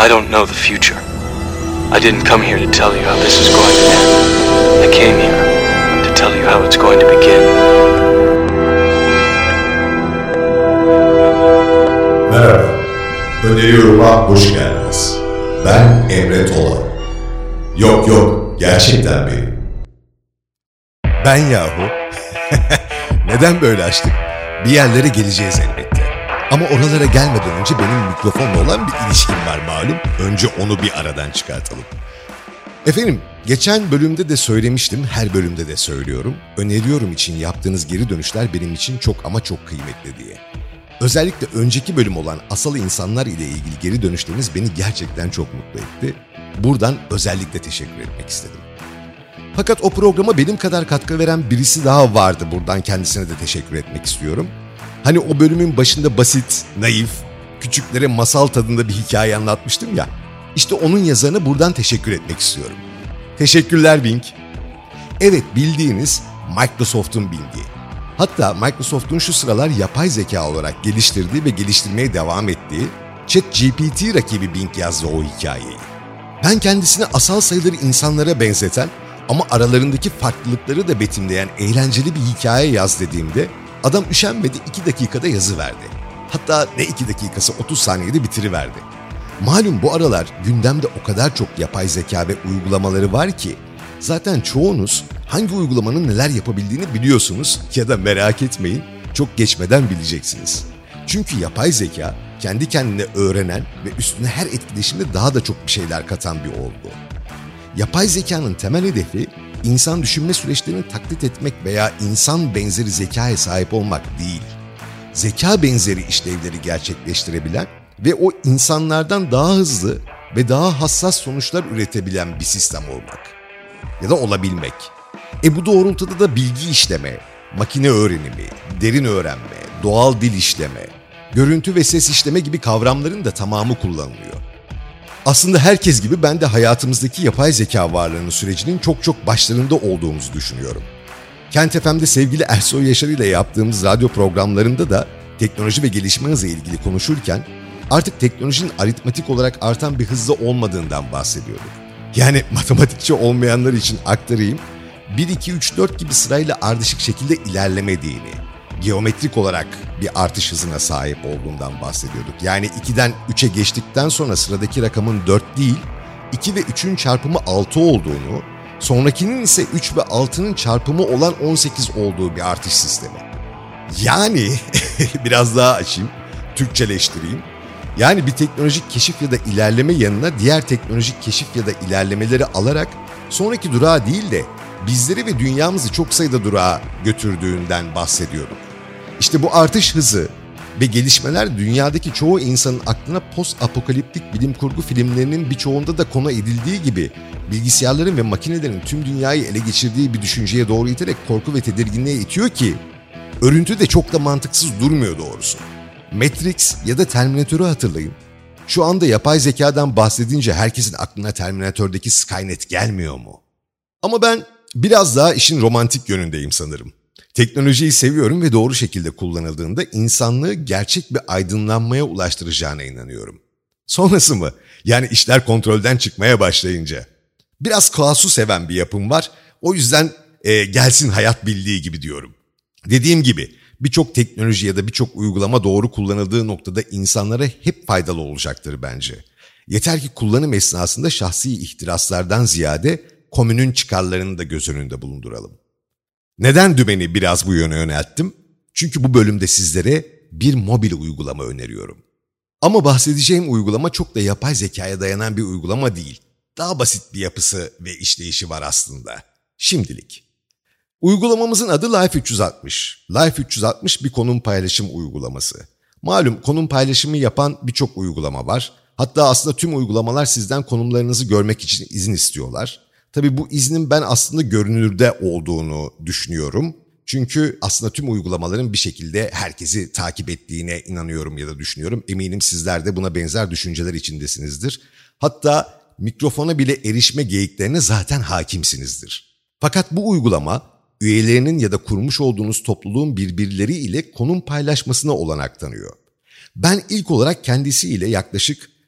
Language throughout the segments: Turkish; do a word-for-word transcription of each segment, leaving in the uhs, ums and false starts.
I don't know the future. I didn't come here to tell you how this is going to end. I came here to tell you how it's going to begin. Merhaba, Öneriyorum'a hoş geldiniz. Ben Emre Tola. Yok yok, gerçekten benim. Ben yahu. Neden böyle açtık? Bir yerlere geleceğiz elbette. Ama oralara gelmeden önce benim mikrofonla olan bir ilişkim var malum. Önce onu bir aradan çıkartalım. Efendim, geçen bölümde de söylemiştim, her bölümde de söylüyorum. Öneriyorum için yaptığınız geri dönüşler benim için çok ama çok kıymetli diye. Özellikle önceki bölüm olan asal insanlar ile ilgili geri dönüşleriniz beni gerçekten çok mutlu etti. Buradan özellikle teşekkür etmek istedim. Fakat o programa benim kadar katkı veren birisi daha vardı. Buradan kendisine de teşekkür etmek istiyorum. Hani o bölümün başında basit, naif, küçüklere masal tadında bir hikaye anlatmıştım ya. İşte onun yazarına buradan teşekkür etmek istiyorum. Teşekkürler Bing. Evet, bildiğiniz Microsoft'un Bing'i. Hatta Microsoft'un şu sıralar yapay zeka olarak geliştirdiği ve geliştirmeye devam ettiği ChatGPT rakibi Bing yazdı o hikayeyi. Ben kendisini asal sayıları insanlara benzeten ama aralarındaki farklılıkları da betimleyen eğlenceli bir hikaye yaz dediğimde adam üşenmedi, iki dakikada yazı verdi. Hatta ne iki dakikası, otuz saniyede bitiriverdi. Malum bu aralar gündemde o kadar çok yapay zeka ve uygulamaları var ki zaten çoğunuz hangi uygulamanın neler yapabildiğini biliyorsunuz ya da merak etmeyin, çok geçmeden bileceksiniz. Çünkü yapay zeka kendi kendine öğrenen ve üstüne her etkileşimde daha da çok bir şeyler katan bir olgu. Yapay zekanın temel hedefi insan düşünme süreçlerini taklit etmek veya insan benzeri zekaya sahip olmak değil. Zeka benzeri işlevleri gerçekleştirebilen ve o insanlardan daha hızlı ve daha hassas sonuçlar üretebilen bir sistem olmak. Ya da olabilmek. E bu doğrultuda da bilgi işleme, makine öğrenimi, derin öğrenme, doğal dil işleme, görüntü ve ses işleme gibi kavramların da tamamı kullanılıyor. Aslında herkes gibi ben de hayatımızdaki yapay zeka varlığının sürecinin çok çok başlarında olduğumuzu düşünüyorum. Kent F M'de sevgili Ersoy Yaşar ile yaptığımız radyo programlarında da teknoloji ve gelişme hızı ilgili konuşurken artık teknolojinin aritmetik olarak artan bir hızda olmadığından bahsediyorduk. Yani matematikçi olmayanlar için aktarayım, bir iki üç dört gibi sırayla ardışık şekilde ilerlemediğini, geometrik olarak bir artış hızına sahip olduğundan bahsediyorduk. Yani ikiden üçe geçtikten sonra sıradaki rakamın dört değil, iki ve üçün çarpımı altı olduğunu, sonrakinin ise üç ve altının çarpımı olan on sekiz olduğu bir artış sistemi. Yani biraz daha açayım, Türkçeleştireyim. Yani bir teknolojik keşif ya da ilerleme yanına diğer teknolojik keşif ya da ilerlemeleri alarak sonraki durağa değil de bizleri ve dünyamızı çok sayıda durağa götürdüğünden bahsediyorduk. İşte bu artış hızı ve gelişmeler dünyadaki çoğu insanın aklına post-apokaliptik bilim kurgu filmlerinin birçoğunda da konu edildiği gibi bilgisayarların ve makinelerin tüm dünyayı ele geçirdiği bir düşünceye doğru iterek korku ve tedirginliğe itiyor ki örüntü de çok da mantıksız durmuyor doğrusu. Matrix ya da Terminator'u hatırlayın. Şu anda yapay zekadan bahsedince herkesin aklına Terminator'daki Skynet gelmiyor mu? Ama ben biraz daha işin romantik yönündeyim sanırım. Teknolojiyi seviyorum ve doğru şekilde kullanıldığında insanlığı gerçek bir aydınlanmaya ulaştıracağına inanıyorum. Sonrası mı? Yani işler kontrolden çıkmaya başlayınca. Biraz kaosu seven bir yapım var. O yüzden e, gelsin hayat bildiği gibi diyorum. Dediğim gibi birçok teknoloji ya da birçok uygulama doğru kullanıldığı noktada insanlara hep faydalı olacaktır bence. Yeter ki kullanım esnasında şahsi ihtiraslardan ziyade komünün çıkarlarını da göz önünde bulunduralım. Neden dümeni biraz bu yöne yönelttim? Çünkü bu bölümde sizlere bir mobil uygulama öneriyorum. Ama bahsedeceğim uygulama çok da yapay zekaya dayanan bir uygulama değil. Daha basit bir yapısı ve işleyişi var aslında. Şimdilik. Uygulamamızın adı Life üç yüz altmış. Life üç yüz altmış bir konum paylaşım uygulaması. Malum konum paylaşımı yapan birçok uygulama var. Hatta aslında tüm uygulamalar sizden konumlarınızı görmek için izin istiyorlar. Tabii bu iznin ben aslında görünürde olduğunu düşünüyorum. Çünkü aslında tüm uygulamaların bir şekilde herkesi takip ettiğine inanıyorum ya da düşünüyorum. Eminim sizler de buna benzer düşünceler içindesinizdir. Hatta mikrofona bile erişme geyiklerine zaten hakimsinizdir. Fakat bu uygulama üyelerinin ya da kurmuş olduğunuz topluluğun birbirleriyle konum paylaşmasına olanak tanıyor. Ben ilk olarak kendisiyle yaklaşık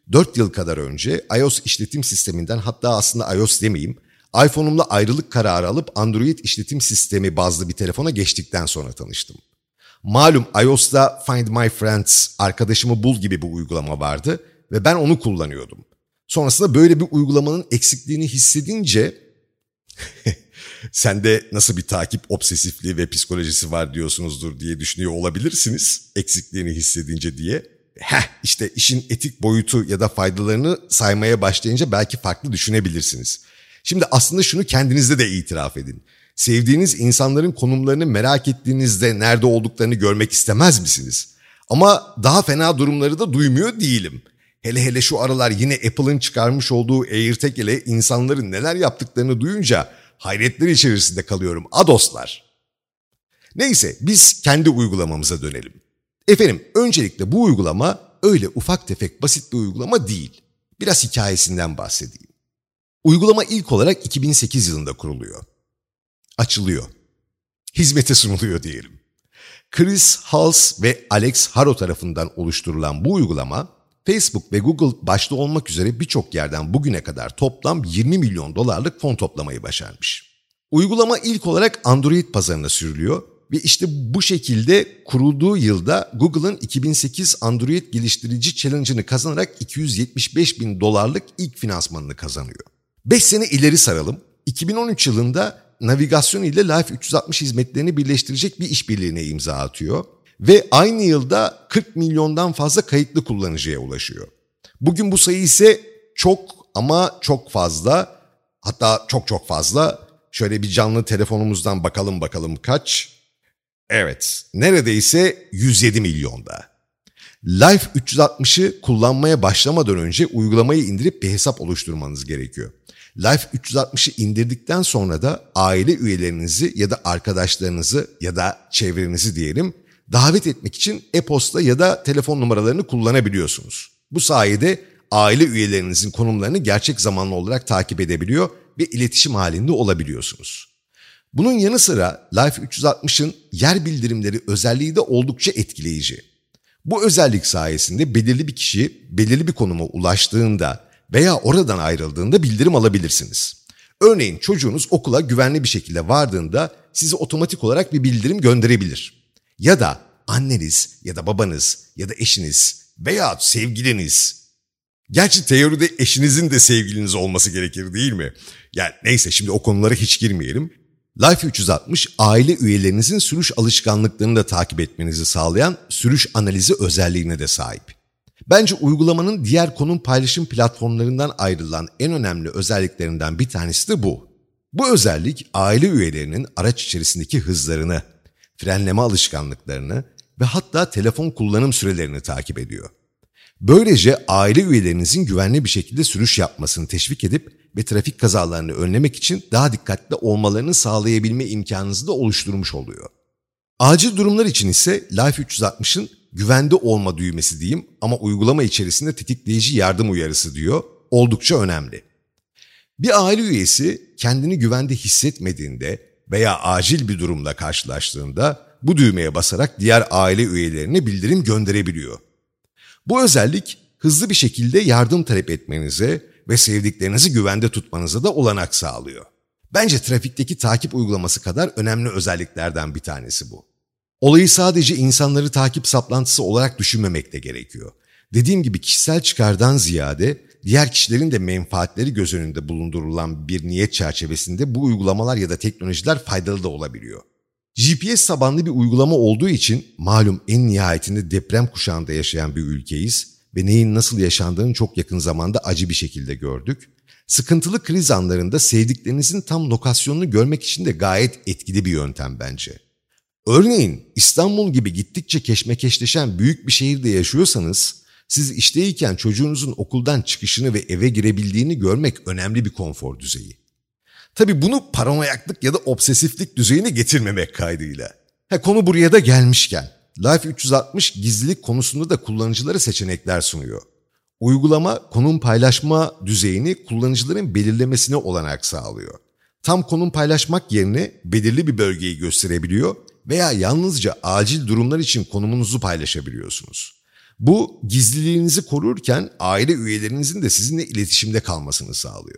dört yıl kadar önce iOS işletim sisteminden, hatta aslında iOS demeyeyim, iPhone'umla ayrılık kararı alıp Android işletim sistemi bazlı bir telefona geçtikten sonra tanıştım. Malum iOS'ta Find My Friends, arkadaşımı bul gibi bir uygulama vardı ve ben onu kullanıyordum. Sonrasında böyle bir uygulamanın eksikliğini hissedince sen de nasıl bir takip obsesifliği ve psikolojisi var diyorsunuzdur diye düşünüyor olabilirsiniz eksikliğini hissedince diye. Heh, işte işin etik boyutu ya da faydalarını saymaya başlayınca belki farklı düşünebilirsiniz. Şimdi aslında şunu kendinizde de itiraf edin. Sevdiğiniz insanların konumlarını merak ettiğinizde nerede olduklarını görmek istemez misiniz? Ama daha fena durumları da duymuyor değilim. Hele hele şu aralar yine Apple'ın çıkarmış olduğu AirTag ile insanların neler yaptıklarını duyunca hayretler içerisinde kalıyorum. A dostlar. Neyse biz kendi uygulamamıza dönelim. Efendim öncelikle bu uygulama öyle ufak tefek basit bir uygulama değil. Biraz hikayesinden bahsedeyim. Uygulama ilk olarak iki bin sekiz yılında kuruluyor. Açılıyor. Hizmete sunuluyor diyelim. Chris Hulse ve Alex Haro tarafından oluşturulan bu uygulama, Facebook ve Google başta olmak üzere birçok yerden bugüne kadar toplam yirmi milyon dolarlık fon toplamayı başarmış. Uygulama ilk olarak Android pazarına sürülüyor ve işte bu şekilde kurulduğu yılda Google'ın iki bin sekiz Android geliştirici challenge'ını kazanarak iki yüz yetmiş beş bin dolarlık ilk finansmanını kazanıyor. beş sene ileri saralım. iki bin on üç yılında navigasyon ile Life üç yüz altmış hizmetlerini birleştirecek bir işbirliğine imza atıyor. Ve aynı yılda kırk milyondan fazla kayıtlı kullanıcıya ulaşıyor. Bugün bu sayı ise çok ama çok fazla, hatta çok çok fazla. Şöyle bir canlı telefonumuzdan bakalım bakalım kaç? Evet, neredeyse yüz yedi milyonda. Life üç yüz altmışı kullanmaya başlamadan önce uygulamayı indirip bir hesap oluşturmanız gerekiyor. Life üç yüz altmışı indirdikten sonra da aile üyelerinizi ya da arkadaşlarınızı ya da çevrenizi diyelim davet etmek için e-posta ya da telefon numaralarını kullanabiliyorsunuz. Bu sayede aile üyelerinizin konumlarını gerçek zamanlı olarak takip edebiliyor ve iletişim halinde olabiliyorsunuz. Bunun yanı sıra Life üç yüz altmışın yer bildirimleri özelliği de oldukça etkileyici. Bu özellik sayesinde belirli bir kişi belirli bir konuma ulaştığında veya oradan ayrıldığında bildirim alabilirsiniz. Örneğin çocuğunuz okula güvenli bir şekilde vardığında size otomatik olarak bir bildirim gönderebilir. Ya da anneniz ya da babanız ya da eşiniz veya sevgiliniz. Gerçi teoride eşinizin de sevgiliniz olması gerekir değil mi? Yani neyse şimdi o konulara hiç girmeyelim. Life üç yüz altmış aile üyelerinizin sürüş alışkanlıklarını da takip etmenizi sağlayan sürüş analizi özelliğine de sahip. Bence uygulamanın diğer konum paylaşım platformlarından ayrılan en önemli özelliklerinden bir tanesi de bu. Bu özellik aile üyelerinin araç içerisindeki hızlarını, frenleme alışkanlıklarını ve hatta telefon kullanım sürelerini takip ediyor. Böylece aile üyelerinizin güvenli bir şekilde sürüş yapmasını teşvik edip ve trafik kazalarını önlemek için daha dikkatli olmalarını sağlayabilme imkanınızı da oluşturmuş oluyor. Acil durumlar için ise Life üç yüz altmışın güvende olma düğmesi diyeyim ama uygulama içerisinde tetikleyici yardım uyarısı diyor, oldukça önemli. Bir aile üyesi kendini güvende hissetmediğinde veya acil bir durumla karşılaştığında bu düğmeye basarak diğer aile üyelerine bildirim gönderebiliyor. Bu özellik hızlı bir şekilde yardım talep etmenize ve sevdiklerinizi güvende tutmanıza da olanak sağlıyor. Bence trafikteki takip uygulaması kadar önemli özelliklerden bir tanesi bu. Olayı sadece insanları takip saplantısı olarak düşünmemek de gerekiyor. Dediğim gibi kişisel çıkardan ziyade diğer kişilerin de menfaatleri göz önünde bulundurulan bir niyet çerçevesinde bu uygulamalar ya da teknolojiler faydalı da olabiliyor. G P S tabanlı bir uygulama olduğu için malum en nihayetinde deprem kuşağında yaşayan bir ülkeyiz ve neyin nasıl yaşandığını çok yakın zamanda acı bir şekilde gördük. Sıkıntılı kriz anlarında sevdiklerinizin tam lokasyonunu görmek için de gayet etkili bir yöntem bence. Örneğin İstanbul gibi gittikçe keşmekeşleşen büyük bir şehirde yaşıyorsanız, siz işteyken çocuğunuzun okuldan çıkışını ve eve girebildiğini görmek önemli bir konfor düzeyi. Tabii bunu paranoyaklık ya da obsesiflik düzeyine getirmemek kaydıyla. Ha, konu buraya da gelmişken, Life üç yüz altmış gizlilik konusunda da kullanıcılara seçenekler sunuyor. Uygulama konum paylaşma düzeyini kullanıcıların belirlemesine olanak sağlıyor. Tam konum paylaşmak yerine belirli bir bölgeyi gösterebiliyor veya yalnızca acil durumlar için konumunuzu paylaşabiliyorsunuz. Bu gizliliğinizi korurken aile üyelerinizin de sizinle iletişimde kalmasını sağlıyor.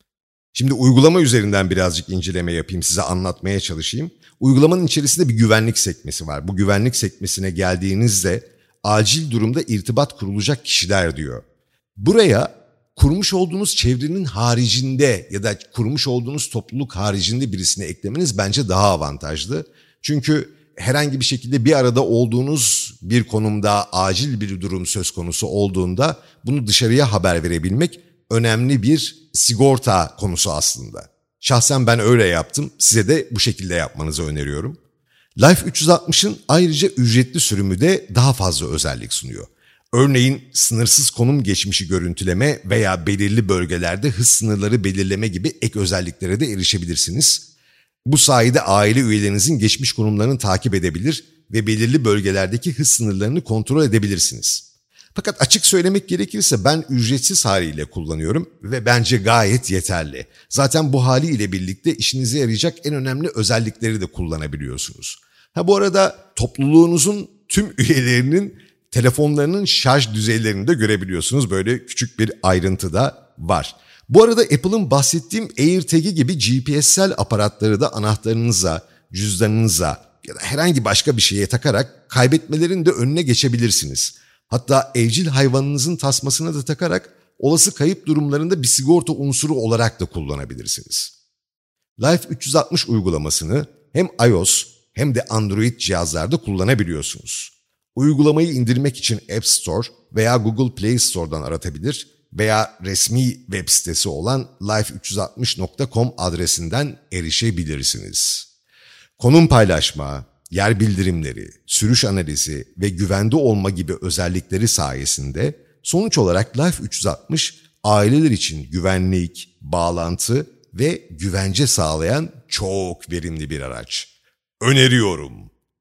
Şimdi uygulama üzerinden birazcık inceleme yapayım, size anlatmaya çalışayım. Uygulamanın içerisinde bir güvenlik sekmesi var. Bu güvenlik sekmesine geldiğinizde acil durumda irtibat kurulacak kişiler diyor. Buraya kurmuş olduğunuz çevrenin haricinde ya da kurmuş olduğunuz topluluk haricinde birisini eklemeniz bence daha avantajlı. Çünkü herhangi bir şekilde bir arada olduğunuz bir konumda acil bir durum söz konusu olduğunda bunu dışarıya haber verebilmek önemli bir sigorta konusu aslında. Şahsen ben öyle yaptım. Size de bu şekilde yapmanızı öneriyorum. Life üç yüz altmışın ayrıca ücretli sürümü de daha fazla özellik sunuyor. Örneğin sınırsız konum geçmişi görüntüleme veya belirli bölgelerde hız sınırları belirleme gibi ek özelliklere de erişebilirsiniz. Bu sayede aile üyelerinizin geçmiş konumlarını takip edebilir ve belirli bölgelerdeki hız sınırlarını kontrol edebilirsiniz. Fakat açık söylemek gerekirse ben ücretsiz haliyle kullanıyorum ve bence gayet yeterli. Zaten bu haliyle birlikte işinize yarayacak en önemli özellikleri de kullanabiliyorsunuz. Ha bu arada topluluğunuzun tüm üyelerinin telefonlarının şarj düzeylerini de görebiliyorsunuz. Böyle küçük bir ayrıntı da var. Bu arada Apple'ın bahsettiğim AirTag'i gibi G P S'sel aparatları da anahtarınıza, cüzdanınıza ya da herhangi başka bir şeye takarak kaybetmelerin de önüne geçebilirsiniz. Hatta evcil hayvanınızın tasmasına da takarak olası kayıp durumlarında bir sigorta unsuru olarak da kullanabilirsiniz. Life üç yüz altmış uygulamasını hem iOS hem de Android cihazlarda kullanabiliyorsunuz. Uygulamayı indirmek için App Store veya Google Play Store'dan aratabilir veya resmi web sitesi olan life üç yüz altmış nokta com adresinden erişebilirsiniz. Konum paylaşma, yer bildirimleri, sürüş analizi ve güvende olma gibi özellikleri sayesinde sonuç olarak Life üç yüz altmış aileler için güvenlik, bağlantı ve güvence sağlayan çok verimli bir araç. Öneriyorum.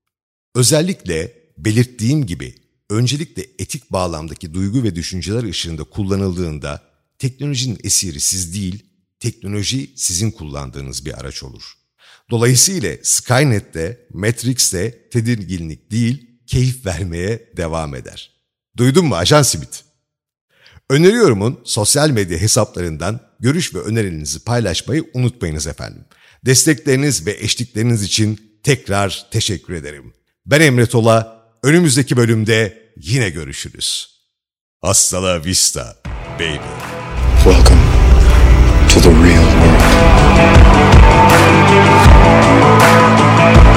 Özellikle belirttiğim gibi öncelikle etik bağlamdaki duygu ve düşünceler ışığında kullanıldığında teknolojinin esiri siz değil, teknoloji sizin kullandığınız bir araç olur. Dolayısıyla Skynet'te, Matrix'te tedirginlik değil, keyif vermeye devam eder. Duydun mu Ajan Simit? Öneriyorumun sosyal medya hesaplarından görüş ve önerilerinizi paylaşmayı unutmayınız efendim. Destekleriniz ve eşlikleriniz için tekrar teşekkür ederim. Ben Emre Tola, önümüzdeki bölümde yine görüşürüz. Hasta la vista, baby. Welcome to the real world.